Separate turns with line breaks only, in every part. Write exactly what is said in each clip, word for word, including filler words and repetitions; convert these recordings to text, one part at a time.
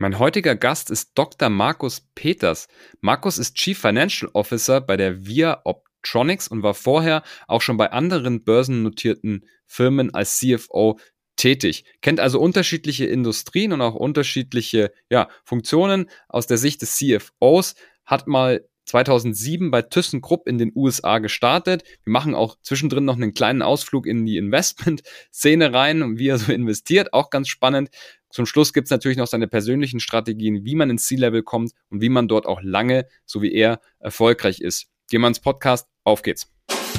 Mein heutiger Gast ist Doktor Markus Peters. Markus ist Chief Financial Officer bei der Via Optronics und war vorher auch schon bei anderen börsennotierten Firmen als C F O tätig. Kennt also unterschiedliche Industrien und auch unterschiedliche ja, Funktionen aus der Sicht des C F Os, hat mal zweitausendsieben bei ThyssenKrupp in den U S A gestartet. Wir machen auch zwischendrin noch einen kleinen Ausflug in die Investment-Szene rein und wie er so investiert, auch ganz spannend. Zum Schluss gibt es natürlich noch seine persönlichen Strategien, wie man ins C-Level kommt und wie man dort auch lange, so wie er, erfolgreich ist. Gehen wir ins Podcast, auf geht's.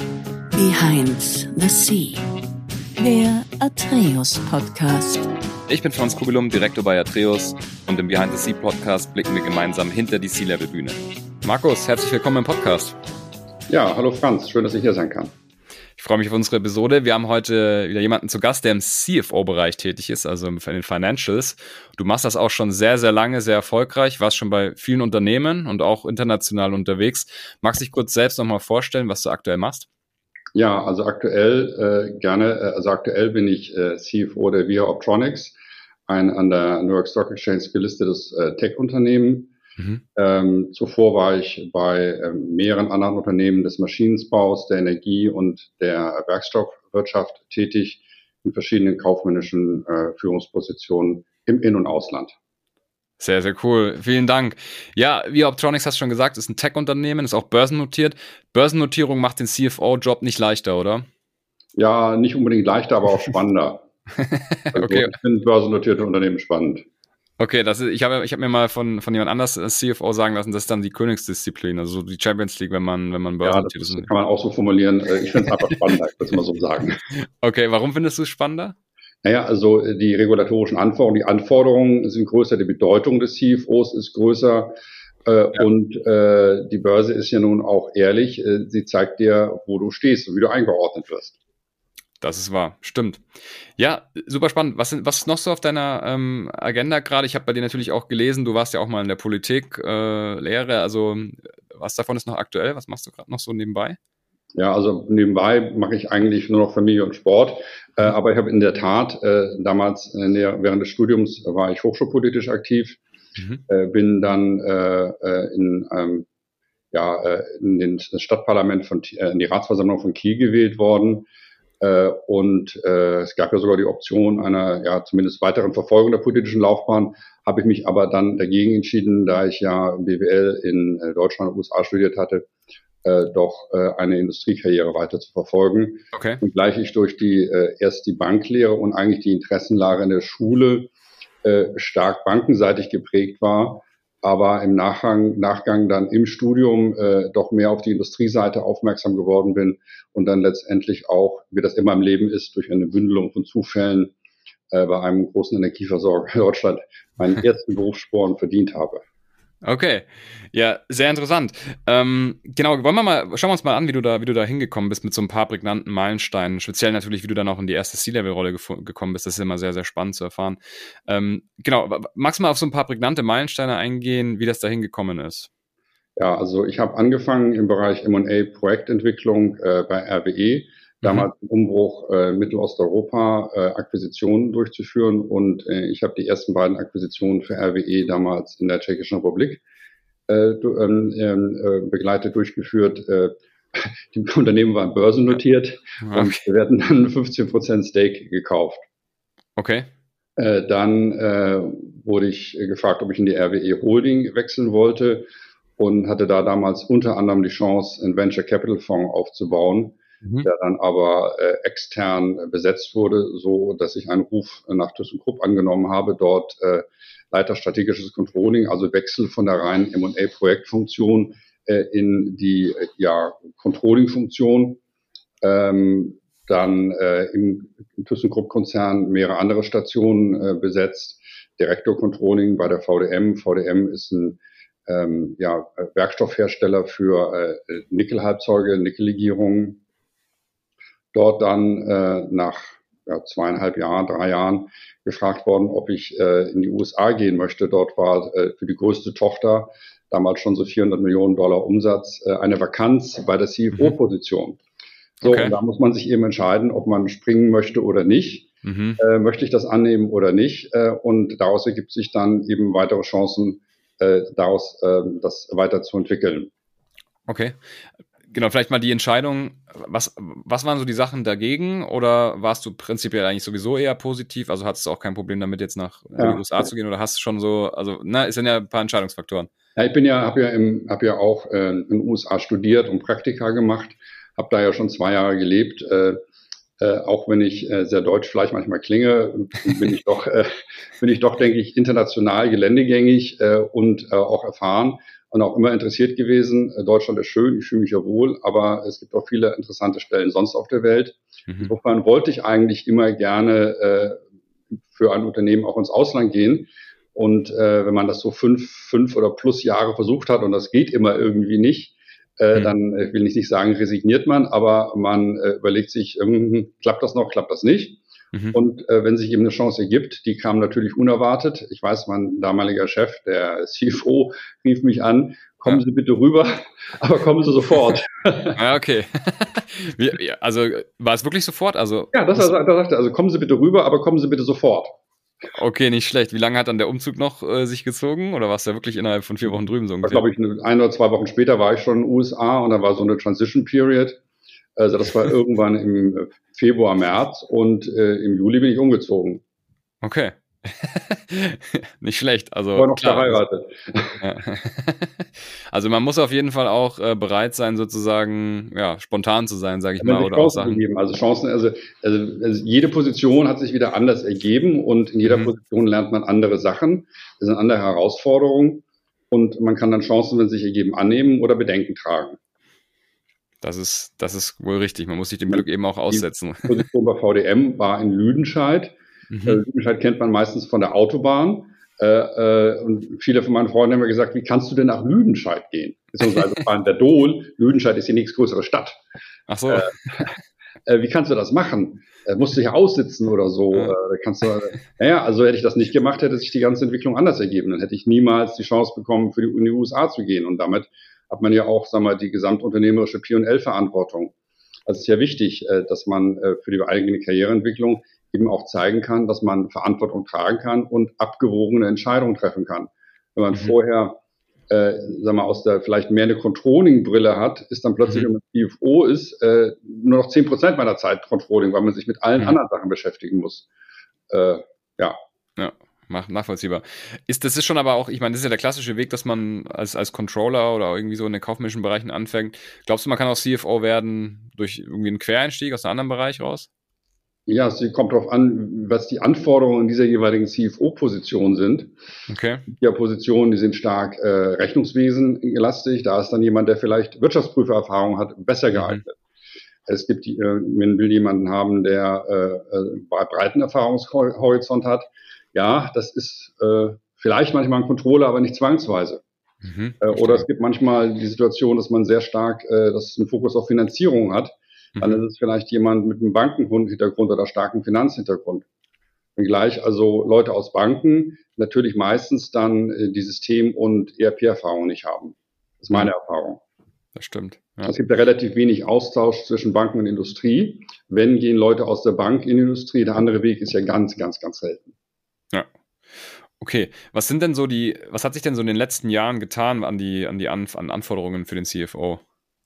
Behind the Sea, der Atreus Podcast.
Ich bin Franz Kugelum, Direktor bei Atreus und im Behind the Sea Podcast blicken wir gemeinsam hinter die C-Level-Bühne. Markus, herzlich willkommen im Podcast.
Ja, hallo Franz, schön, dass ich hier sein kann.
Ich freue mich auf unsere Episode. Wir haben heute wieder jemanden zu Gast, der im C F O-Bereich tätig ist, also in den Financials. Du machst das auch schon sehr, sehr lange, sehr erfolgreich, warst schon bei vielen Unternehmen und auch international unterwegs. Magst du dich kurz selbst nochmal vorstellen, was du aktuell machst?
Ja, also aktuell äh, gerne, also aktuell bin ich äh, C F O der Via Optronics, ein an der New York Stock Exchange gelistetes äh, Tech-Unternehmen. Mhm. Ähm, zuvor war ich bei ähm, mehreren anderen Unternehmen des Maschinenbaus, der Energie und der Werkstoffwirtschaft tätig, in verschiedenen kaufmännischen äh, Führungspositionen im In- und Ausland.
Sehr, sehr cool. Vielen Dank. Ja, Via Optronics, hast du schon gesagt, ist ein Tech-Unternehmen, ist auch börsennotiert. Börsennotierung macht den C F O-Job nicht leichter, oder?
Ja, nicht unbedingt leichter, aber auch spannender. Also
okay.
Ich finde börsennotierte Unternehmen spannend.
Okay, das ist, ich habe ich hab mir mal von, von jemand anders als C F O sagen lassen, das ist dann die Königsdisziplin, also so die Champions League, wenn man, wenn man börsennotiert ist.
Ja, das kann man auch so formulieren. Ich finde es einfach spannender, ich würde es mal so sagen.
Okay, warum findest du es spannender?
Naja, also die regulatorischen Anforderungen, die Anforderungen sind größer, die Bedeutung des C F Os ist größer äh, ja. und äh, die Börse ist ja nun auch ehrlich, äh, sie zeigt dir, wo du stehst und wie du eingeordnet wirst.
Das ist wahr, stimmt. Ja, super spannend. Was, was ist noch so auf deiner ähm, Agenda gerade? Ich habe bei dir natürlich auch gelesen, du warst ja auch mal in der Politik, äh, Lehre, also was davon ist noch aktuell? Was machst du gerade noch so nebenbei?
Ja, also nebenbei mache ich eigentlich nur noch Familie und Sport, äh, aber ich habe in der Tat äh, damals äh, während des Studiums war ich hochschulpolitisch aktiv, mhm. äh, bin dann äh, in, ähm, ja, äh, in den das Stadtparlament von äh, in die Ratsversammlung von Kiel gewählt worden. Äh, und äh, es gab ja sogar die Option einer ja zumindest weiteren Verfolgung der politischen Laufbahn, habe ich mich aber dann dagegen entschieden, da ich ja B W L in äh, Deutschland und U S A studiert hatte, äh, doch äh, eine Industriekarriere weiter zu verfolgen.
Okay.
Und gleich ich durch die äh, erst die Banklehre und eigentlich die Interessenlage in der Schule äh, stark bankenseitig geprägt war, aber im Nachgang, Nachgang dann im Studium äh, doch mehr auf die Industrieseite aufmerksam geworden bin und dann letztendlich auch, wie das immer im Leben ist, durch eine Bündelung von Zufällen äh, bei einem großen Energieversorger in Deutschland meinen ersten Berufssporn verdient habe.
Okay, ja, sehr interessant. Ähm, genau, wollen wir mal, schauen wir uns mal an, wie du da, wie du da hingekommen bist mit so ein paar prägnanten Meilensteinen. Speziell natürlich, wie du dann auch in die erste C-Level-Rolle gef- gekommen bist. Das ist immer sehr, sehr spannend zu erfahren. Ähm, genau, magst du mal auf so ein paar prägnante Meilensteine eingehen, wie das da hingekommen ist?
Ja, also ich habe angefangen im Bereich M und A Projektentwicklung äh, bei R W E. Damals im Umbruch äh, Mittelosteuropa äh, Akquisitionen durchzuführen und äh, ich habe die ersten beiden Akquisitionen für R W E damals in der Tschechischen Republik äh, äh, begleitet durchgeführt. Äh, die Unternehmen waren börsennotiert okay. und wir hatten dann fünfzehn Prozent Stake gekauft.
Okay.
Äh, dann äh, wurde ich gefragt, ob ich in die R W E Holding wechseln wollte und hatte da damals unter anderem die Chance, einen Venture Capital Fonds aufzubauen, Mhm. der dann aber äh, extern äh, besetzt wurde, so dass ich einen Ruf äh, nach ThyssenKrupp angenommen habe, dort äh, Leiter strategisches Controlling, also Wechsel von der reinen M und A Projektfunktion äh, in die äh, ja Controlling-Funktion. Ähm, dann äh, im, im ThyssenKrupp-Konzern mehrere andere Stationen äh, besetzt, Direktor Controlling bei der V D M. V D M ist ein ähm, ja, Werkstoffhersteller für äh, Nickelhalbzeuge, Nickellegierungen. Dort dann äh, nach ja, zweieinhalb Jahren, drei Jahren gefragt worden, ob ich äh, in die U S A gehen möchte. Dort war äh, für die größte Tochter, damals schon so vierhundert Millionen Dollar Umsatz, äh, eine Vakanz bei der C F O-Position. So,
Okay.
und da muss man sich eben entscheiden, ob man springen möchte oder nicht.
Mhm.
Äh, möchte ich das annehmen oder nicht? Äh, und daraus ergibt sich dann eben weitere Chancen, äh, daraus äh, das weiterzuentwickeln.
Okay. Genau, vielleicht mal die Entscheidung, was, was waren so die Sachen dagegen oder warst du prinzipiell eigentlich sowieso eher positiv? Also hattest du auch kein Problem damit, jetzt nach in
Ja.
die U S A zu gehen oder hast du schon so, also, na, es sind ja ein paar Entscheidungsfaktoren.
Ja, ich bin ja, habe ja, im, hab ja auch äh, in den U S A studiert und Praktika gemacht, habe da ja schon zwei Jahre gelebt. Äh, äh, auch wenn ich äh, sehr deutsch vielleicht manchmal klinge, bin ich doch, äh, bin ich doch, denke ich, international geländegängig äh, und äh, auch erfahren und auch immer interessiert gewesen. Äh, Deutschland ist schön, ich fühle mich ja wohl, aber es gibt auch viele interessante Stellen sonst auf der Welt.
Mhm.
Insofern wollte ich eigentlich immer gerne äh, für ein Unternehmen auch ins Ausland gehen. Und äh, wenn man das so fünf, fünf oder plus Jahre versucht hat und das geht immer irgendwie nicht, äh, mhm. dann äh, will ich nicht sagen, resigniert man, aber man äh, überlegt sich, ähm, klappt das noch, klappt das nicht? Mhm. Und äh, wenn sich eben eine Chance ergibt, die kam natürlich unerwartet. Ich weiß, mein damaliger Chef, der C F O, rief mich an, kommen ja. Sie bitte rüber, aber kommen Sie sofort.
Ja, okay. Wie, also war es wirklich sofort? Also,
ja, das, das, das sagte er, also kommen Sie bitte rüber, aber kommen Sie bitte sofort.
Okay, nicht schlecht. Wie lange hat dann der Umzug noch äh, sich gezogen? Oder warst du ja wirklich innerhalb von vier Wochen drüben so ungefähr?
Ich glaube, ich ein oder zwei Wochen später war ich schon in den U S A und da war so eine Transition Period. Also das war irgendwann im Februar, März und äh, im Juli bin ich umgezogen.
Okay. Nicht schlecht. Also
war noch
klar,
verheiratet.
Ja. Also man muss auf jeden Fall auch äh, bereit sein, sozusagen ja, spontan zu sein, sage ich
ja,
mal. Oder auch Sachen.
Gegeben. Also Chancen, also, also, also jede Position hat sich wieder anders ergeben und in jeder mhm. Position lernt man andere Sachen. Das sind andere Herausforderungen und man kann dann Chancen, wenn sie sich ergeben, annehmen oder Bedenken tragen.
Das ist, das ist wohl richtig. Man muss sich dem Glück eben auch aussetzen.
Die Position bei V D M war in Lüdenscheid. Mhm. Äh, Lüdenscheid kennt man meistens von der Autobahn. Äh, äh, und viele von meinen Freunden haben mir gesagt, wie kannst du denn nach Lüdenscheid gehen? Beziehungsweise fahren der Dol. Lüdenscheid ist die nächstgrößere Stadt.
Ach so.
Äh, äh, wie kannst du das machen? Äh, musst du dich aussitzen oder so?
Ja.
Äh, kannst du, naja, also hätte ich das nicht gemacht, hätte sich die ganze Entwicklung anders ergeben. Dann hätte ich niemals die Chance bekommen, für die, in die U S A zu gehen. Und damit hat man ja auch, sagen wir, die gesamtunternehmerische P und L-Verantwortung. Also es ist ja wichtig, dass man für die eigene Karriereentwicklung eben auch zeigen kann, dass man Verantwortung tragen kann und abgewogene Entscheidungen treffen kann. Wenn man mhm. vorher, äh, sagen wir, aus der vielleicht mehr eine Controlling-Brille hat, ist dann plötzlich, mhm. wenn man C F O ist, äh, nur noch zehn Prozent meiner Zeit Controlling, weil man sich mit allen mhm. anderen Sachen beschäftigen muss. Äh, ja.
Ja. Nachvollziehbar. Ist, das ist schon aber auch, ich meine, das ist ja der klassische Weg, dass man als, als Controller oder irgendwie so in den kaufmännischen Bereichen anfängt. Glaubst du, man kann auch C F O werden durch irgendwie einen Quereinstieg aus einem anderen Bereich raus?
Ja, es kommt darauf an, was die Anforderungen in dieser jeweiligen C F O-Position sind.
Okay.
Die Positionen, die sind stark äh, rechnungswesenlastig. Da ist dann jemand, der vielleicht Wirtschaftsprüfererfahrung hat, besser geeignet. Mhm. Es gibt, die, äh, man will jemanden haben, der äh, breiten Erfahrungshorizont hat. Ja, das ist äh, vielleicht manchmal ein Controller, aber nicht zwangsweise. Mhm, äh, oder es gibt manchmal die Situation, dass man sehr stark äh, das einen Fokus auf Finanzierung hat. Mhm. Dann ist es vielleicht jemand mit einem Bankenhintergrund oder starken Finanzhintergrund. Wenngleich also Leute aus Banken natürlich meistens dann äh, die System- und E R P-Erfahrung nicht haben. Das ist meine mhm. Erfahrung.
Das stimmt. Ja.
Es gibt ja relativ wenig Austausch zwischen Banken und Industrie. Wenn, gehen Leute aus der Bank in die Industrie. Der andere Weg ist ja ganz, ganz, ganz selten.
Ja. Okay. Was sind denn so die, was hat sich denn so in den letzten Jahren getan an die, an die Anf- an Anforderungen für den C F O?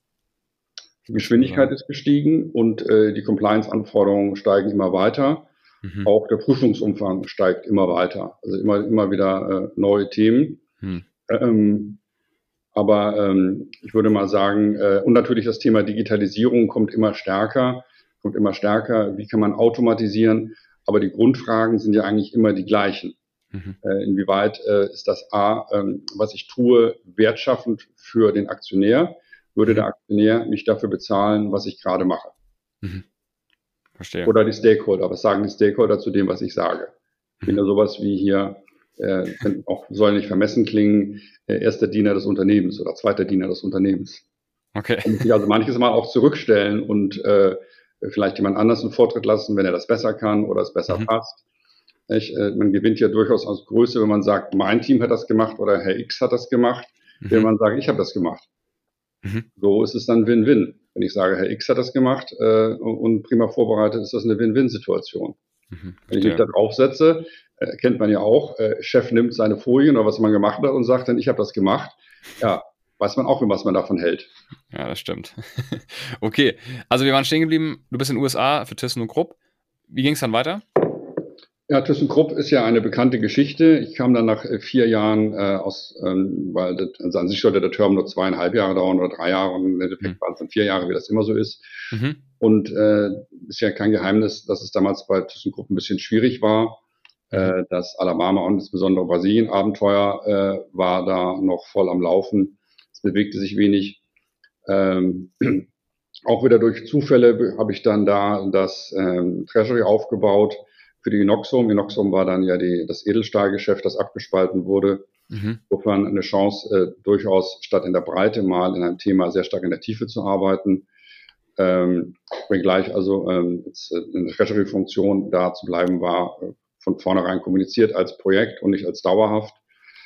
Die Geschwindigkeit ist gestiegen und äh, die Compliance-Anforderungen steigen immer weiter. Mhm. Auch der Prüfungsumfang steigt immer weiter. Also immer, immer wieder äh, neue Themen. Mhm. Ähm, aber ähm, ich würde mal sagen, äh, und natürlich das Thema Digitalisierung kommt immer stärker, kommt immer stärker. Wie kann man automatisieren? Aber die Grundfragen sind ja eigentlich immer die gleichen. Mhm. Äh, inwieweit äh, ist das A, ähm, was ich tue, wertschaffend für den Aktionär? Würde mhm. der Aktionär mich dafür bezahlen, was ich gerade mache?
Mhm. Verstehe.
Oder die Stakeholder. Was sagen die Stakeholder zu dem, was ich sage? Ich bin ja sowas wie hier, äh, auch soll nicht vermessen klingen, äh, erster Diener des Unternehmens oder zweiter Diener des Unternehmens.
Okay.
Da muss ich also manches Mal auch zurückstellen und äh, vielleicht jemand anders einen Vortritt lassen, wenn er das besser kann oder es besser mhm. passt. Ich, äh, man gewinnt ja durchaus aus Größe, wenn man sagt, mein Team hat das gemacht oder Herr X hat das gemacht, mhm. wenn man sagt, ich habe das gemacht. Mhm. So ist es dann Win-Win. Wenn ich sage, Herr X hat das gemacht äh, und prima vorbereitet, ist das eine Win-Win-Situation. Mhm, wenn ich mich da drauf setze, äh, kennt man ja auch, äh, Chef nimmt seine Folien oder was man gemacht hat und sagt dann, ich habe das gemacht. Ja, weiß man auch, was man davon hält.
Ja, das stimmt. Okay, also wir waren stehen geblieben, du bist in den U S A für ThyssenKrupp. Wie ging es dann weiter?
Ja, ThyssenKrupp ist ja eine bekannte Geschichte. Ich kam dann nach vier Jahren äh, aus, ähm, weil das, also an sich sollte der Term nur zweieinhalb Jahre dauern oder drei Jahre und im Endeffekt mhm. waren es dann vier Jahre, wie das immer so ist. Mhm. Und äh, ist ja kein Geheimnis, dass es damals bei ThyssenKrupp ein bisschen schwierig war. Mhm. Äh, das Alabama und insbesondere Brasilien-Abenteuer äh, war da noch voll am Laufen. Es bewegte sich wenig. Ähm, auch wieder durch Zufälle habe ich dann da das ähm, Treasury aufgebaut für die Inoxum. Inoxum war dann ja die, das Edelstahlgeschäft, das abgespalten wurde. Mhm. Insofern eine Chance, äh, durchaus statt in der Breite mal in einem Thema sehr stark in der Tiefe zu arbeiten. Ähm, wenngleich also ähm, jetzt, äh, eine Treasury-Funktion da zu bleiben war, äh, von vornherein kommuniziert als Projekt und nicht als dauerhaft.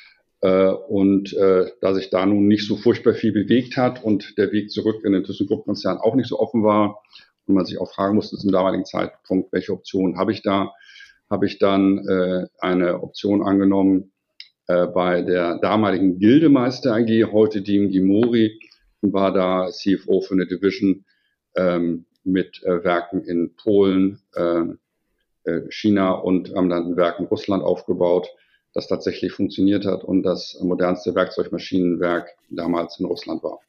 Äh, und äh, da sich da nun nicht so furchtbar viel bewegt hat und der Weg zurück in den ThyssenKrupp-Konzern auch nicht so offen war und man sich auch fragen musste zum damaligen Zeitpunkt, welche Optionen habe ich da, habe ich dann äh, eine Option angenommen äh, bei der damaligen Gildemeister A G, heute D M G Mori, und war da C F O für eine Division ähm, mit äh, Werken in Polen, äh, äh, China und haben dann ein Werk in Russland aufgebaut, das tatsächlich funktioniert hat und das modernste Werkzeugmaschinenwerk damals in Russland war.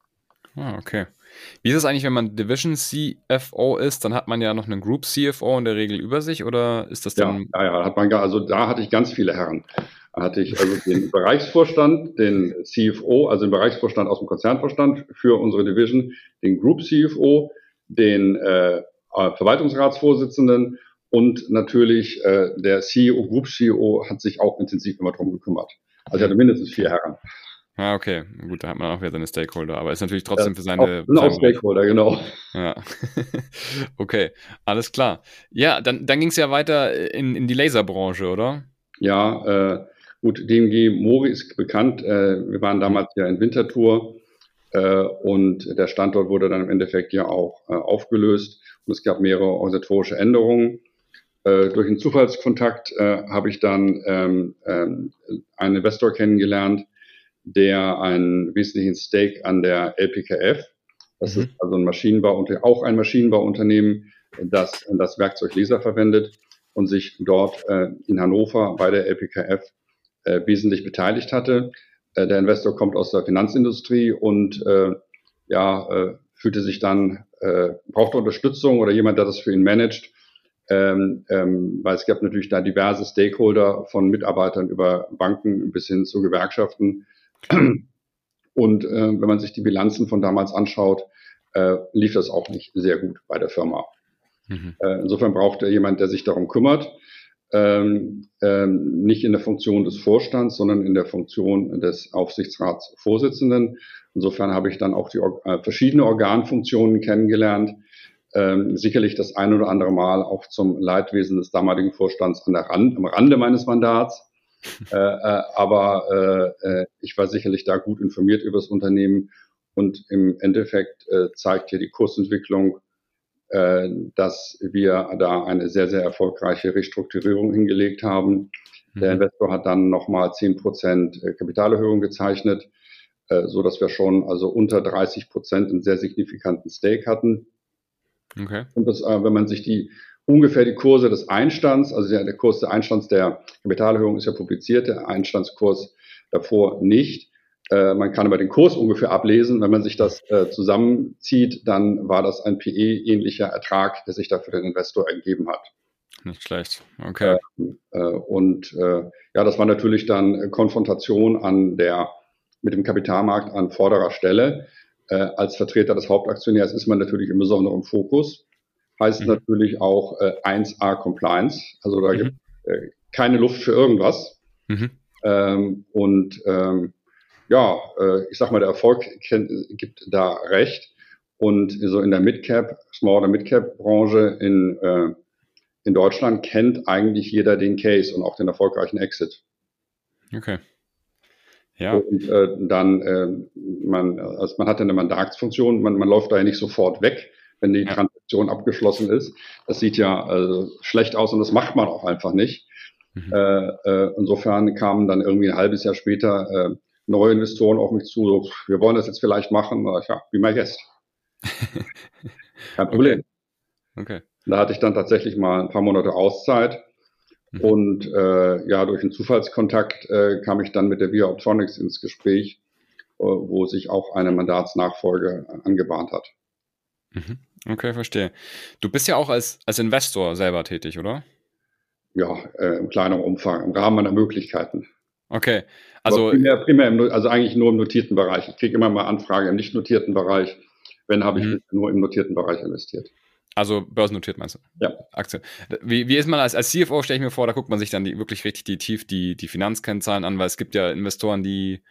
Ah, okay. Wie ist es eigentlich, wenn man Division C F O ist? Dann hat man ja noch einen Group C F O in der Regel über sich, oder ist das dann?
Ja, ja, ja, hat man gar, also da hatte ich ganz viele Herren. Da hatte ich also den Bereichsvorstand, den C F O, also den Bereichsvorstand aus dem Konzernvorstand für unsere Division, den Group C F O, den äh, Verwaltungsratsvorsitzenden und natürlich äh, der C E O, Group C E O hat sich auch intensiv immer drum gekümmert. Also ich hatte mindestens vier Herren.
Ah, okay. Gut, da hat man auch wieder seine Stakeholder, aber ist natürlich trotzdem für seine...
Auch, auch Stakeholder, genau.
Ja. Okay, alles klar. Ja, dann, dann ging es ja weiter in, in die Laserbranche, oder?
Ja, äh, gut, D M G Mori ist bekannt. Äh, wir waren damals ja in Winterthur äh, und der Standort wurde dann im Endeffekt ja auch äh, aufgelöst und es gab mehrere organisatorische Änderungen. Äh, durch einen Zufallskontakt äh, habe ich dann ähm, ähm, einen Investor kennengelernt, der einen wesentlichen Stake an der L P K F, das mhm. ist also ein Maschinenbau, auch ein Maschinenbauunternehmen, das das Werkzeug Laser verwendet und sich dort äh, in Hannover bei der L P K F äh, wesentlich beteiligt hatte. Äh, der Investor kommt aus der Finanzindustrie und äh, ja, äh, fühlte sich dann, äh, brauchte Unterstützung oder jemand, der das für ihn managt. Ähm, ähm, weil es gab natürlich da diverse Stakeholder von Mitarbeitern über Banken bis hin zu Gewerkschaften. Und äh, wenn man sich die Bilanzen von damals anschaut, äh, lief das auch nicht sehr gut bei der Firma. Mhm. Äh, insofern braucht er jemand, der sich darum kümmert, ähm, ähm, nicht in der Funktion des Vorstands, sondern in der Funktion des Aufsichtsratsvorsitzenden. Insofern habe ich dann auch die äh, verschiedene Organfunktionen kennengelernt. Ähm, sicherlich das ein oder andere Mal auch zum Leidwesen des damaligen Vorstands an der Rand, am Rande meines Mandats. äh, äh, aber äh, ich war sicherlich da gut informiert über das Unternehmen und im Endeffekt äh, zeigt hier die Kursentwicklung, äh, dass wir da eine sehr, sehr erfolgreiche Restrukturierung hingelegt haben. Mhm. Der Investor hat dann nochmal zehn Prozent Kapitalerhöhung gezeichnet, äh, so dass wir schon also unter dreißig Prozent einen sehr signifikanten Stake hatten. Okay. Und das, äh, wenn man sich die ungefähr die Kurse des Einstands, also der, der Kurs des Einstands der Kapitalerhöhung ist ja publiziert, der Einstandskurs davor nicht. Äh, man kann aber den Kurs ungefähr ablesen. Wenn man sich das äh, zusammenzieht, dann war das ein P E-ähnlicher Ertrag, der sich da für den Investor ergeben hat.
Nicht schlecht, okay.
Äh, äh, und äh, ja, das war natürlich dann Konfrontation an der, mit dem Kapitalmarkt an vorderer Stelle. Äh, als Vertreter des Hauptaktionärs ist man natürlich im besonderen Fokus. Heißt mhm. natürlich auch äh, eins A Compliance. Also da mhm. gibt äh, keine Luft für irgendwas. Mhm. Ähm, und ähm, ja, äh, ich sag mal, der Erfolg kennt, gibt da recht. Und so in der Midcap, Small- oder Midcap-Branche in, äh, in Deutschland kennt eigentlich jeder den Case und auch den erfolgreichen Exit.
Okay. Ja.
Und äh, dann, äh, man, also man hat eine Mandatsfunktion, man, man läuft da ja nicht sofort weg, wenn die ja. Transaktion abgeschlossen ist. Das sieht ja äh, schlecht aus und das macht man auch einfach nicht. Mhm. Äh, äh, insofern kamen dann irgendwie ein halbes Jahr später äh, neue Investoren auf mich zu, so, wir wollen das jetzt vielleicht machen. Ja, be my guest. Kein Problem.
Okay. Okay.
Da hatte ich dann tatsächlich mal ein paar Monate Auszeit. Mhm. Und äh, ja, durch einen Zufallskontakt äh, kam ich dann mit der Via Optronics ins Gespräch, äh, wo sich auch eine Mandatsnachfolge angebahnt hat.
Mhm. Okay, verstehe. Du bist ja auch als, als Investor selber tätig, oder?
Ja, äh, im kleineren Umfang, im Rahmen meiner Möglichkeiten.
Okay, also
primär, primär im, also eigentlich nur im notierten Bereich. Ich kriege immer mal Anfragen im nicht notierten Bereich. Wenn, habe ich mhm. nur im notierten Bereich investiert.
Also börsennotiert meinst du?
Ja.
Aktien. Wie, wie ist man als, als C F O, stelle ich mir vor, da guckt man sich dann die, wirklich richtig die, tief die, die Finanzkennzahlen an, weil es gibt ja Investoren, die,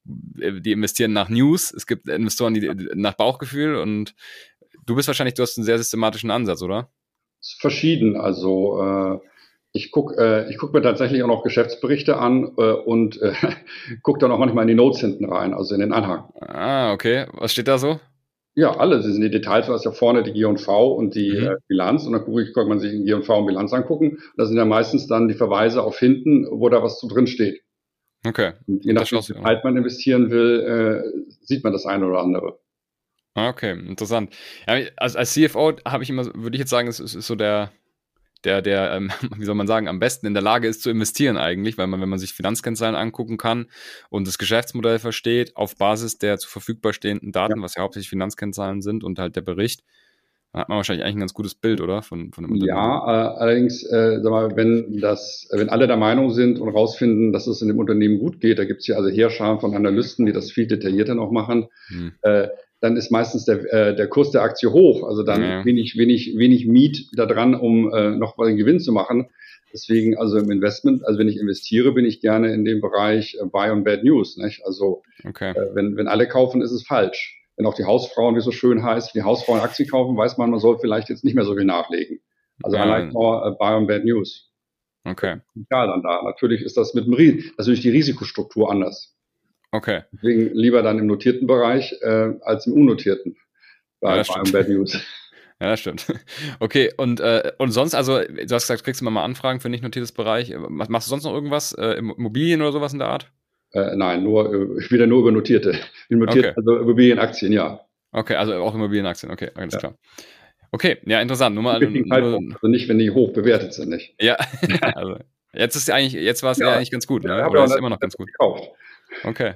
die investieren nach News, es gibt Investoren, die nach Bauchgefühl und du bist wahrscheinlich, du hast einen sehr systematischen Ansatz, oder?
Es ist verschieden. Also äh, ich gucke äh, ich guck mir tatsächlich auch noch Geschäftsberichte an äh, und äh, gucke dann auch manchmal in die Notes hinten rein, also in den Anhang.
Ah, okay. Was steht da so?
Ja, alles. Das sind die Details, was ja vorne die G und V und die mhm. äh, Bilanz. Und dann gucke ich, kann man sich die G und V und Bilanz angucken. Da sind ja meistens dann die Verweise auf hinten, wo da was zu drin steht.
Okay.
Und je nachdem, wie weit man investieren will, äh, sieht man das eine oder andere.
Okay, interessant. Ja, also als C F O habe ich immer, würde ich jetzt sagen, es ist, ist so der, der, der, ähm, wie soll man sagen, am besten in der Lage ist zu investieren eigentlich, weil man, wenn man sich Finanzkennzahlen angucken kann und das Geschäftsmodell versteht, auf Basis der zur verfügbar stehenden Daten, ja. was ja hauptsächlich Finanzkennzahlen sind und halt der Bericht, dann hat man wahrscheinlich eigentlich ein ganz gutes Bild, oder? Von, von dem Unternehmen.
Ja, äh, allerdings, äh, sag mal, wenn das, wenn alle der Meinung sind und rausfinden, dass es in dem Unternehmen gut geht, da gibt es ja also Heerscharen von Analysten, die das viel detaillierter noch machen, hm. äh, dann ist meistens der, äh, der Kurs der Aktie hoch. Also dann ja. wenig, wenig, wenig Miet da dran, um äh, noch mal einen Gewinn zu machen. Deswegen, also im Investment, also wenn ich investiere, bin ich gerne in dem Bereich äh, Buy on Bad News. Nicht? Also okay. äh, wenn, wenn alle kaufen, ist es falsch. Wenn auch die Hausfrauen, wie es so schön heißt, wenn die Hausfrauen Aktien kaufen, weiß man, man soll vielleicht jetzt nicht mehr so viel nachlegen. Also ja. I like more uh, Buy on Bad News.
Okay.
Egal dann da. Natürlich ist das mit dem Ries- natürlich die Risikostruktur anders.
Okay.
Deswegen lieber dann im notierten Bereich äh, als im unnotierten.
Ja, das stimmt. Bad News. Ja, das stimmt. Okay, und, äh, und sonst, also du hast gesagt, kriegst du mal Anfragen für nicht notiertes Bereich. Machst du sonst noch irgendwas? Äh, Immobilien oder sowas in der Art?
Äh, nein, nur ich wieder nur über notierte. Notiert,
okay.
Also Immobilienaktien, ja.
Okay, also auch Immobilienaktien, okay, alles ja. klar. Okay, ja, nur mal.
Nur, also nicht, wenn die hoch bewertet sind, nicht?
Ja, also jetzt ist ja eigentlich, jetzt war es ja, ja eigentlich ganz gut, ne?
Ja,
Oder ist es immer noch ganz gut?
Gekauft.
Okay,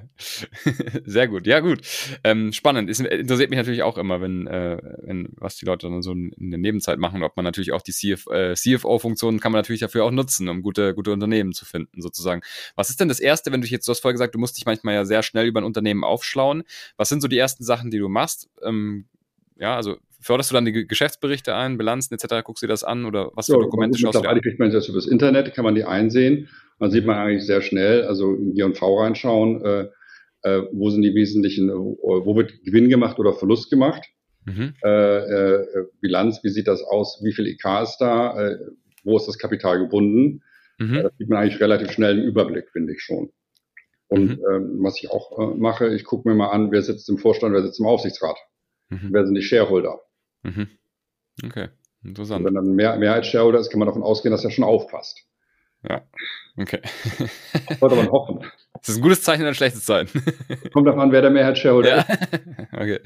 sehr gut. Ja, gut. Ähm, spannend. Es interessiert mich natürlich auch immer, wenn, äh, wenn was die Leute dann so in der Nebenzeit machen, ob man natürlich auch die C F, äh, C F O-Funktionen kann man natürlich dafür auch nutzen, um gute, gute Unternehmen zu finden, sozusagen. Was ist denn das Erste, wenn du jetzt, du hast vorher gesagt, du musst dich manchmal ja sehr schnell über ein Unternehmen aufschlauen. Was sind so die ersten Sachen, die du machst? Ähm, ja, also förderst du dann die Geschäftsberichte ein, Bilanzen et cetera, guckst du dir das an oder was für ja, Dokumente schaust du dir an?
Kriegt man das über das Internet, kann man die einsehen. Dann sieht man eigentlich sehr schnell, also in G und V reinschauen, äh, äh, wo sind die wesentlichen, äh, wo wird Gewinn gemacht oder Verlust gemacht. Mhm. Äh, äh, Bilanz, wie sieht das aus, wie viel E K ist da, äh, wo ist das Kapital gebunden. Mhm. Äh, das sieht man eigentlich relativ schnell im Überblick, finde ich schon. Und mhm. ähm, was ich auch äh, mache, ich gucke mir mal an, wer sitzt im Vorstand, wer sitzt im Aufsichtsrat. Mhm. Wer sind die Shareholder?
Mhm. Okay, interessant.
Und wenn dann mehr, Mehrheits-Shareholder ist, kann man davon ausgehen, dass er schon aufpasst.
Ja, okay.
Das sollte man hoffen.
Das ist ein gutes Zeichen oder ein schlechtes Zeichen?
Kommt davon an, wer der Mehrheits-Shareholder
ja.
ist.
Okay,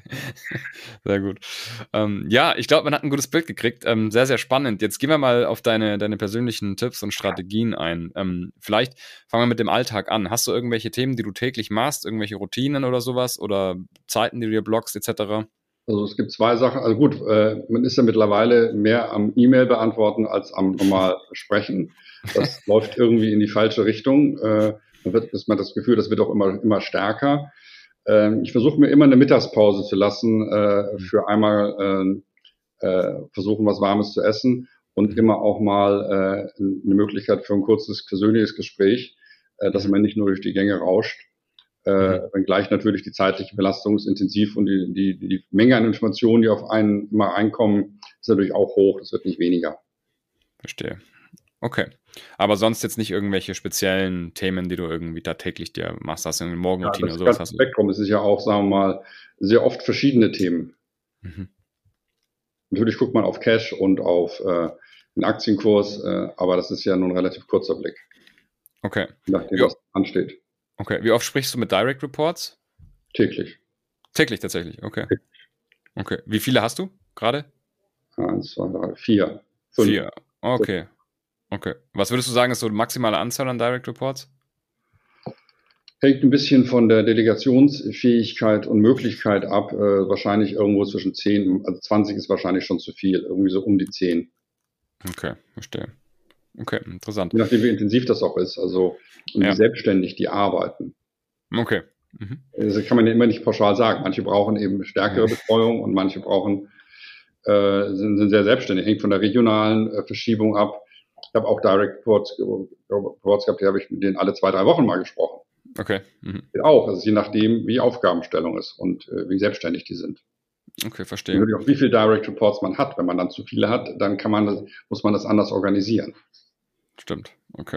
sehr gut. Ähm, ja, ich glaube, man hat ein gutes Bild gekriegt. Ähm, sehr, sehr spannend. Jetzt gehen wir mal auf deine, deine persönlichen Tipps und Strategien ein. Ähm, vielleicht fangen wir mit dem Alltag an. Hast du irgendwelche Themen, die du täglich machst? Irgendwelche Routinen oder sowas? Oder Zeiten, die du dir blockst et cetera?
Also es gibt zwei Sachen. Also gut, äh, man ist ja mittlerweile mehr am E-Mail beantworten als am normal sprechen. Das läuft irgendwie in die falsche Richtung. Äh, man wird, ist man das Gefühl, das wird auch immer, immer stärker. Ähm, ich versuche mir immer eine Mittagspause zu lassen, äh, für einmal äh, äh, versuchen, was Warmes zu essen und immer auch mal äh, eine Möglichkeit für ein kurzes persönliches Gespräch, äh, dass man nicht nur durch die Gänge rauscht. Äh, mhm. Wenngleich natürlich die zeitliche Belastung ist intensiv und die, die, die Menge an Informationen, die auf einen immer reinkommen, ist natürlich auch hoch. Das wird nicht weniger.
Verstehe. Okay. Aber sonst jetzt nicht irgendwelche speziellen Themen, die du irgendwie da täglich dir machst, hast du eine Morgenroutine
ja,
oder
das
sowas?
ganze Spektrum ist ja auch, sagen wir mal, sehr oft verschiedene Themen.
Mhm.
Natürlich guckt man auf Cash und auf äh, den Aktienkurs, äh, aber das ist ja nun ein relativ kurzer Blick.
Okay.
Nachdem
Ja.
was ansteht.
Okay. Wie oft sprichst du mit Direct Reports?
Täglich.
Täglich tatsächlich, okay. Okay. Wie viele hast du gerade?
Eins, zwei, drei, vier. Fünf.
Vier. Okay. Okay. Was würdest du sagen, ist so die maximale Anzahl an Direct Reports?
Hängt ein bisschen von der Delegationsfähigkeit und Möglichkeit ab. Äh, wahrscheinlich irgendwo zwischen zehn, also zwanzig ist wahrscheinlich schon zu viel. Irgendwie so um die zehn.
Okay, verstehe. Okay, interessant.
Je nachdem, wie intensiv das auch ist. Also, und
Ja.
wie selbstständig die arbeiten.
Okay. Mhm.
Das kann man ja immer nicht pauschal sagen. Manche brauchen eben stärkere
Ja.
Betreuung und manche brauchen, äh, sind, sind sehr selbstständig. Hängt von der regionalen äh, Verschiebung ab. Ich habe auch Direct Reports, Reports gehabt, die habe ich mit denen alle zwei, drei Wochen mal gesprochen.
Okay. Mhm.
Auch, also je nachdem, wie Aufgabenstellung ist und äh, wie selbstständig die sind.
Okay, verstehe.
Natürlich auch, wie viele Direct Reports man hat. Wenn man dann zu viele hat, dann kann man das, muss man das anders organisieren.
Stimmt. Okay.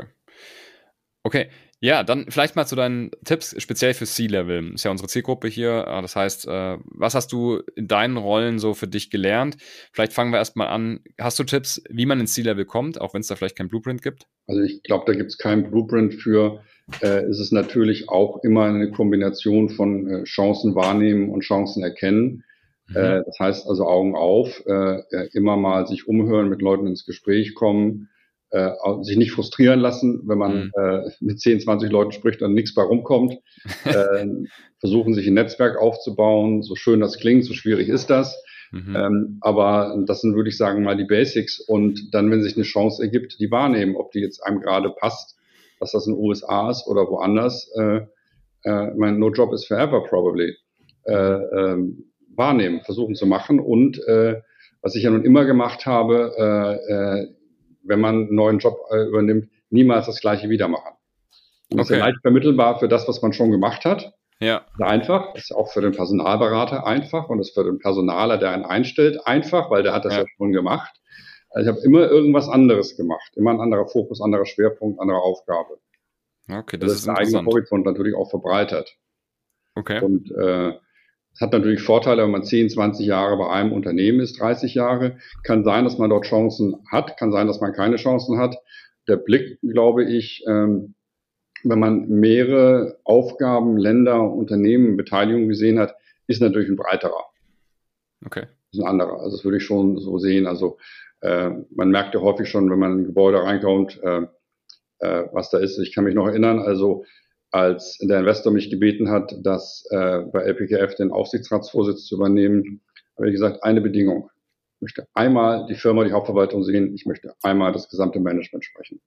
Okay. Ja, dann vielleicht mal zu deinen Tipps, speziell für C-Level. Ist ja unsere Zielgruppe hier. Das heißt, was hast du in deinen Rollen so für dich gelernt? Vielleicht fangen wir erstmal an. Hast du Tipps, wie man ins C-Level kommt, auch wenn es da vielleicht kein Blueprint gibt?
Also ich glaube, da gibt es keinen Blueprint für. Äh, ist es natürlich auch immer eine Kombination von äh, Chancen wahrnehmen und Chancen erkennen. Mhm. Äh, das heißt also Augen auf, äh, immer mal sich umhören, mit Leuten ins Gespräch kommen, äh, sich nicht frustrieren lassen, wenn man mhm. äh, mit zehn, zwanzig Leuten spricht und nichts bei rumkommt. äh, versuchen, sich ein Netzwerk aufzubauen. So schön das klingt, so schwierig ist das. Mhm. Ähm, aber das sind, würde ich sagen, mal die Basics. Und dann, wenn sich eine Chance ergibt, die wahrnehmen, ob die jetzt einem gerade passt, dass das in den U S A ist oder woanders. Äh, äh, mein No Job is forever probably. Äh, äh, wahrnehmen, versuchen zu machen. Und äh, was ich ja nun immer gemacht habe, äh, äh, wenn man einen neuen Job äh, übernimmt, niemals das Gleiche wieder machen. Und das okay. ist ja leicht vermittelbar für das, was man schon gemacht hat.
Ja.
Das ist einfach. Das ist auch für den Personalberater einfach und das ist für den Personaler, der einen einstellt, einfach, weil der hat das ja, ja schon gemacht. Also ich habe immer irgendwas anderes gemacht. Immer ein anderer Fokus, anderer Schwerpunkt, andere Aufgabe.
Okay, das, das ist
der eigene Horizont natürlich auch verbreitert.
Okay.
Und äh, es hat natürlich Vorteile, wenn man zehn, zwanzig Jahre bei einem Unternehmen ist, dreißig Jahre. Kann sein, dass man dort Chancen hat, kann sein, dass man keine Chancen hat. Der Blick, glaube ich, ähm, wenn man mehrere Aufgaben, Länder, Unternehmen, Beteiligungen gesehen hat, ist natürlich ein breiterer.
Okay.
Ist ein anderer. Also das würde ich schon so sehen. Also äh, man merkt ja häufig schon, wenn man in ein Gebäude reinkommt, äh, äh, was da ist. Ich kann mich noch erinnern, also als der Investor mich gebeten hat, das äh, bei L P K F den Aufsichtsratsvorsitz zu übernehmen, habe ich gesagt, eine Bedingung. Ich möchte einmal die Firma, die Hauptverwaltung sehen. Ich möchte einmal das gesamte Management sprechen.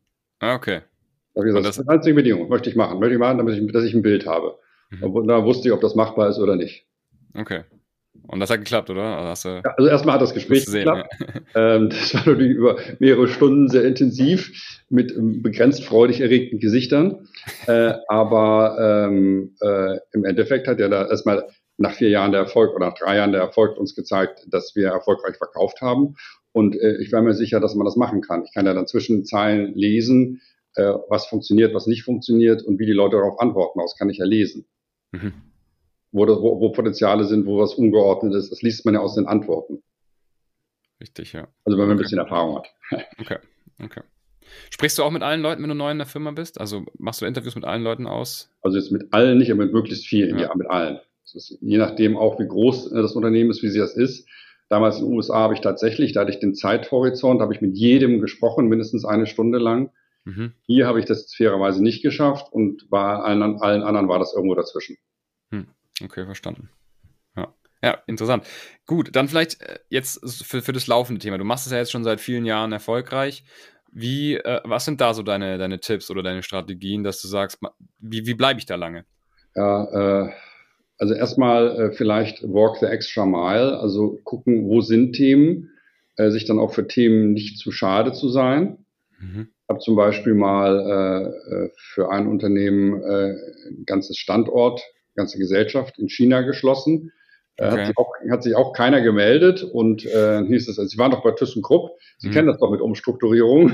Okay.
Da habe ich gesagt, das ist die einzige Bedingung, möchte ich machen. Möchte ich machen, damit ich, dass ich ein Bild habe. Mhm. Und da wusste ich, ob das machbar ist oder nicht.
Okay. Und das hat geklappt, oder? Also, hast du
ja, also erstmal hat das Gespräch sehen, geklappt. Ja. Ähm, das war natürlich über mehrere Stunden sehr intensiv mit ähm, begrenzt freudig erregten Gesichtern. äh, aber ähm, äh, im Endeffekt hat ja da erstmal nach vier Jahren der Erfolg oder nach drei Jahren der Erfolg uns gezeigt, dass wir erfolgreich verkauft haben. Und äh, ich war mir sicher, dass man das machen kann. Ich kann ja dann zwischen Zeilen lesen, äh, was funktioniert, was nicht funktioniert und wie die Leute darauf antworten. Das kann ich ja lesen. Mhm. Wo, das, wo, wo Potenziale sind, wo was ungeordnet ist. Das liest man ja aus den Antworten.
Richtig, ja.
Also wenn man
okay.
ein bisschen Erfahrung hat.
Okay, okay. Sprichst du auch mit allen Leuten, wenn du neu in der Firma bist? Also machst du Interviews mit allen Leuten aus?
Also jetzt mit allen nicht, aber mit möglichst vielen, ja, ja mit allen. Das ist, je nachdem auch, wie groß das Unternehmen ist, wie sie das ist. Damals in den U S A habe ich tatsächlich, da hatte ich den Zeithorizont, habe ich mit jedem gesprochen, mindestens eine Stunde lang. Mhm. Hier habe ich das fairerweise nicht geschafft und bei allen, allen anderen war das irgendwo dazwischen.
Hm. Okay, verstanden. Ja. Ja, interessant. Gut, dann vielleicht jetzt für, für das laufende Thema. Du machst es ja jetzt schon seit vielen Jahren erfolgreich. Wie, äh, was sind da so deine, deine Tipps oder deine Strategien, dass du sagst, wie, wie bleibe ich da lange?
Ja, äh, also erstmal äh, vielleicht walk the extra mile, also gucken, wo sind Themen, äh, sich dann auch für Themen nicht zu schade zu sein. Mhm. Ich habe zum Beispiel mal äh, für ein Unternehmen äh, ein ganzes Standort, ganze Gesellschaft in China geschlossen. Okay. Hat, sich auch, hat sich auch keiner gemeldet und äh, hieß es, also Sie waren doch bei ThyssenKrupp, Sie mhm. kennen das doch mit Umstrukturierung.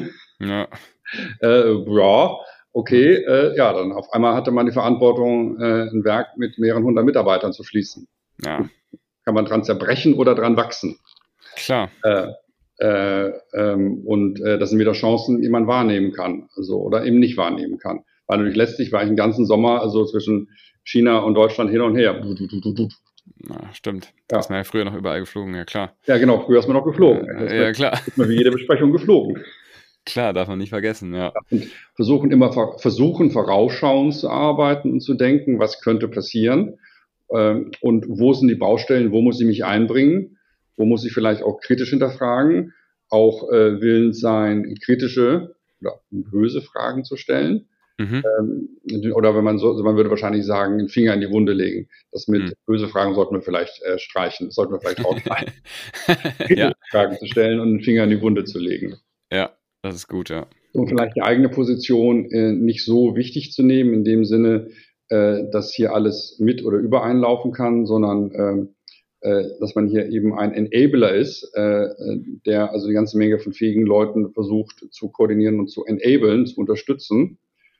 Ja.
Äh, ja, okay, äh, ja, dann auf einmal hatte man die Verantwortung, äh, ein Werk mit mehreren hundert Mitarbeitern zu schließen.
Ja.
Kann man dran zerbrechen oder dran wachsen?
Klar.
Äh, äh, ähm, und äh, das sind wieder Chancen, die man wahrnehmen kann, also oder eben nicht wahrnehmen kann. Weil natürlich letztlich war ich den ganzen Sommer also zwischen China und Deutschland hin und her. Du, du, du, du, du.
Ja, stimmt.
Ja.
Da ist man ja früher noch überall geflogen, ja klar.
Ja, genau, früher ist man noch geflogen.
Ja, ja klar.
Ist man wie jede Besprechung geflogen.
Klar, darf man nicht vergessen, ja.
Und versuchen immer versuchen vorausschauend zu arbeiten und zu denken, was könnte passieren ähm, und wo sind die Baustellen, wo muss ich mich einbringen, wo muss ich vielleicht auch kritisch hinterfragen, auch äh, willens sein, kritische oder böse Fragen zu stellen.
Mhm.
Ähm, oder wenn man so, man würde wahrscheinlich sagen, den Finger in die Wunde legen. Das mit mhm. böse Fragen sollten wir vielleicht äh, streichen. Das sollten wir vielleicht auch sein.
Ja.
Fragen zu stellen und den Finger in die Wunde zu legen.
Ja, das ist gut, ja.
Und vielleicht die eigene Position äh, nicht so wichtig zu nehmen, in dem Sinne, äh, dass hier alles mit oder übereinlaufen kann, sondern äh, äh, dass man hier eben ein Enabler ist, äh, der also die ganze Menge von fähigen Leuten versucht zu koordinieren und zu enablen, zu unterstützen.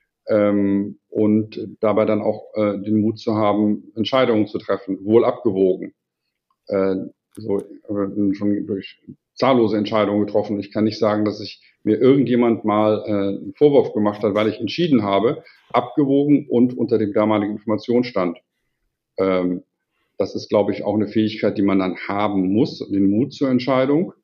Ähm, und dabei dann auch äh, den Mut zu haben, Entscheidungen zu treffen, wohl abgewogen. Äh, so, äh, schon durch zahllose Entscheidungen getroffen. Ich kann nicht sagen, dass ich mir irgendjemand mal äh, einen Vorwurf gemacht hat, weil ich entschieden habe, abgewogen und unter dem damaligen Informationsstand. Ähm, das ist, glaube ich, auch eine Fähigkeit, die man dann haben muss, den Mut zur Entscheidung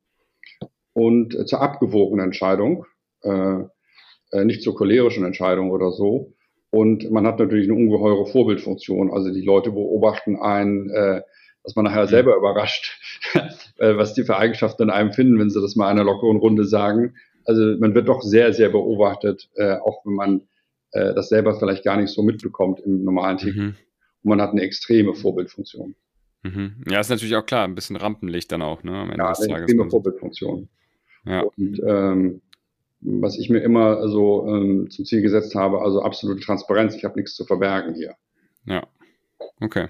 und äh, zur abgewogenen Entscheidung. Äh, nicht zur cholerischen Entscheidung oder so. Und man hat natürlich eine ungeheure Vorbildfunktion. Also die Leute beobachten einen, äh, dass man nachher selber überrascht, äh, was die für Eigenschaften in einem finden, wenn sie das mal in einer lockeren Runde sagen. Also man wird doch sehr, sehr beobachtet, äh, auch wenn man äh, das selber vielleicht gar nicht so mitbekommt im normalen täglichen. Mhm. Und man hat eine extreme Vorbildfunktion.
Mhm. Ja, ist natürlich auch klar, ein bisschen Rampenlicht dann auch, ne? Am Ende
ja,
des
eine
Tages.
extreme Vorbildfunktion.
Ja.
Und ähm, was ich mir immer so ähm, zum Ziel gesetzt habe, also absolute Transparenz. Ich habe nichts zu verbergen hier.
Ja, okay.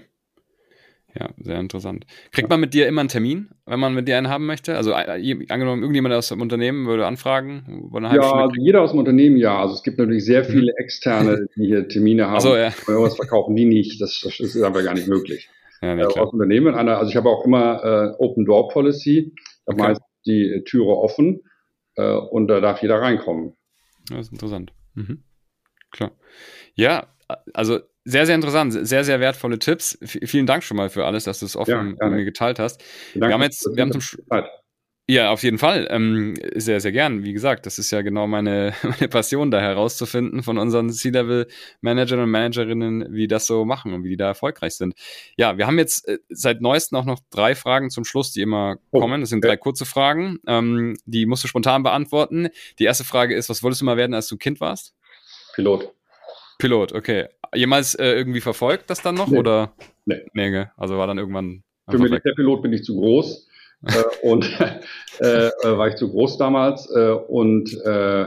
Ja, sehr interessant. Kriegt man mit dir immer einen Termin, wenn man mit dir einen haben möchte? Also angenommen, irgendjemand aus dem Unternehmen würde anfragen?
Ja, jeder aus dem Unternehmen, ja. Also es gibt natürlich sehr viele Externe, die hier Termine haben.
Ach so, ja.
Aber irgendwas verkaufen die nicht. Das, das ist aber gar nicht möglich.
Ja, nee,
äh, aus dem Unternehmen, einer, also ich habe auch immer äh, Open Door Policy. Da okay. meist die äh, Türe offen. Und da darf jeder reinkommen.
Das ist interessant. Mhm. Klar. Ja, also sehr, sehr interessant. Sehr, sehr wertvolle Tipps. V- vielen Dank schon mal für alles, dass du es offen ja, mit mir geteilt hast.
Danke,
wir haben jetzt, wir haben zum Schluss. Ja, auf jeden Fall. Ähm, sehr, sehr gern. Wie gesagt, das ist ja genau meine, meine Passion, da herauszufinden von unseren C-Level-Managern und Managerinnen, wie das so machen und wie die da erfolgreich sind. Ja, wir haben jetzt äh, seit neuestem auch noch drei Fragen zum Schluss, die immer oh, kommen. Das sind okay. drei kurze Fragen. Ähm, die musst du spontan beantworten. Die erste Frage ist, was wolltest du mal werden, als du Kind warst?
Pilot.
Pilot, okay. Jemals äh, irgendwie verfolgt das dann noch?
Nee.
Oder?
Nee.
Nee, also war dann irgendwann.
Für Militärpilot bin ich zu groß. äh, und äh, äh, war ich zu groß damals äh, und äh,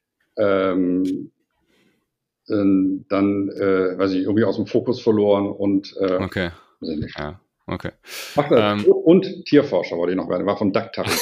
ähm, äh, dann, äh, weiß ich, irgendwie aus dem Fokus verloren und äh,
okay. Ja, okay.
Ach, ähm, und Tierforscher wollte ich noch werden, war von Daktari.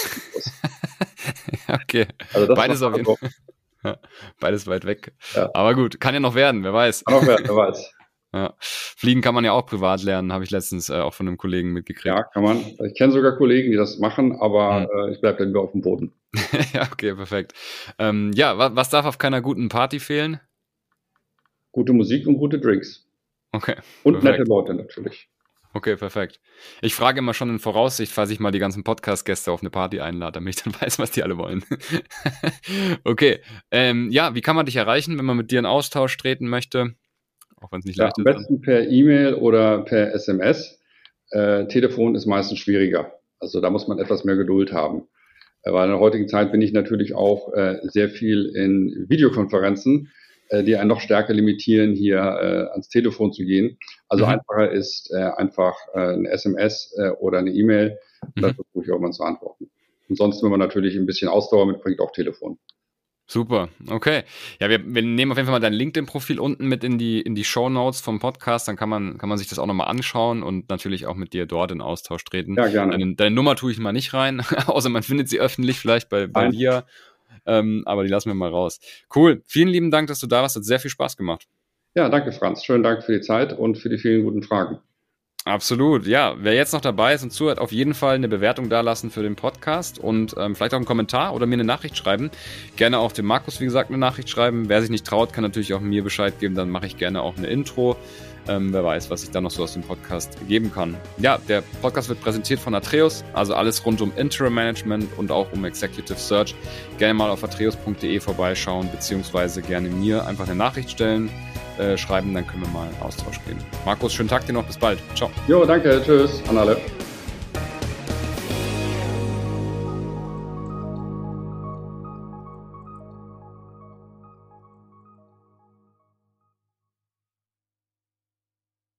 Okay,
also das
beides auf jeden Fall. Ja, beides weit weg.
Ja.
Aber gut, kann ja noch werden, wer weiß.
Kann noch werden, wer weiß.
Ja. Fliegen kann man ja auch privat lernen, habe ich letztens äh, auch von einem Kollegen mitgekriegt.
Ja, kann man. Ich kenne sogar Kollegen, die das machen, aber mhm. äh, ich bleibe dann wieder auf dem Boden.
Ja, okay, perfekt. Ähm, ja, was, was darf auf keiner guten Party fehlen?
Gute Musik und gute Drinks.
Okay.
Und perfekt. Nette Leute natürlich.
Okay, perfekt. Ich frage immer schon in Voraussicht, falls ich mal die ganzen Podcast-Gäste auf eine Party einlade, damit ich dann weiß, was die alle wollen. Okay. Ähm, ja, wie kann man dich erreichen, wenn man mit dir in Austausch treten möchte? Auch wenn es nicht
ja,
leicht
am
ist.
Am besten per E-Mail oder per S M S. Äh, Telefon ist meistens schwieriger. Also da muss man etwas mehr Geduld haben. Äh, weil in der heutigen Zeit bin ich natürlich auch äh, sehr viel in Videokonferenzen, äh, die einen noch stärker limitieren, hier äh, ans Telefon zu gehen. Also mhm. einfacher ist äh, einfach äh, eine S M S äh, oder eine E-Mail. Und mhm. da versuche ich auch mal zu antworten. Ansonsten, wenn man natürlich ein bisschen Ausdauer mitbringt, auch Telefon.
Super, okay. Ja, wir, wir nehmen auf jeden Fall mal dein LinkedIn-Profil unten mit in die in die Shownotes vom Podcast, dann kann man kann man sich das auch nochmal anschauen und natürlich auch mit dir dort in Austausch treten.
Ja, gerne.
Deine, deine Nummer tue ich mal nicht rein, außer man findet sie öffentlich, vielleicht bei, bei dir. ähm, aber die lassen wir mal raus. Cool, vielen lieben Dank, dass du da warst, hat sehr viel Spaß gemacht.
Ja, danke Franz, schönen Dank für die Zeit und für die vielen guten Fragen.
Absolut, ja. Wer jetzt noch dabei ist und zuhört, auf jeden Fall eine Bewertung dalassen für den Podcast und ähm, vielleicht auch einen Kommentar oder mir eine Nachricht schreiben. Gerne auch dem Markus, wie gesagt, eine Nachricht schreiben. Wer sich nicht traut, kann natürlich auch mir Bescheid geben, dann mache ich gerne auch eine Intro. Ähm, wer weiß, was ich dann noch so aus dem Podcast geben kann. Ja, der Podcast wird präsentiert von Atreus, also alles rund um Interim Management und auch um Executive Search. Gerne mal auf atreus punkt de vorbeischauen, beziehungsweise gerne mir einfach eine Nachricht stellen, äh, schreiben, dann können wir mal in Austausch gehen. Markus, schönen Tag dir noch, bis bald. Ciao.
Jo, danke, tschüss an alle.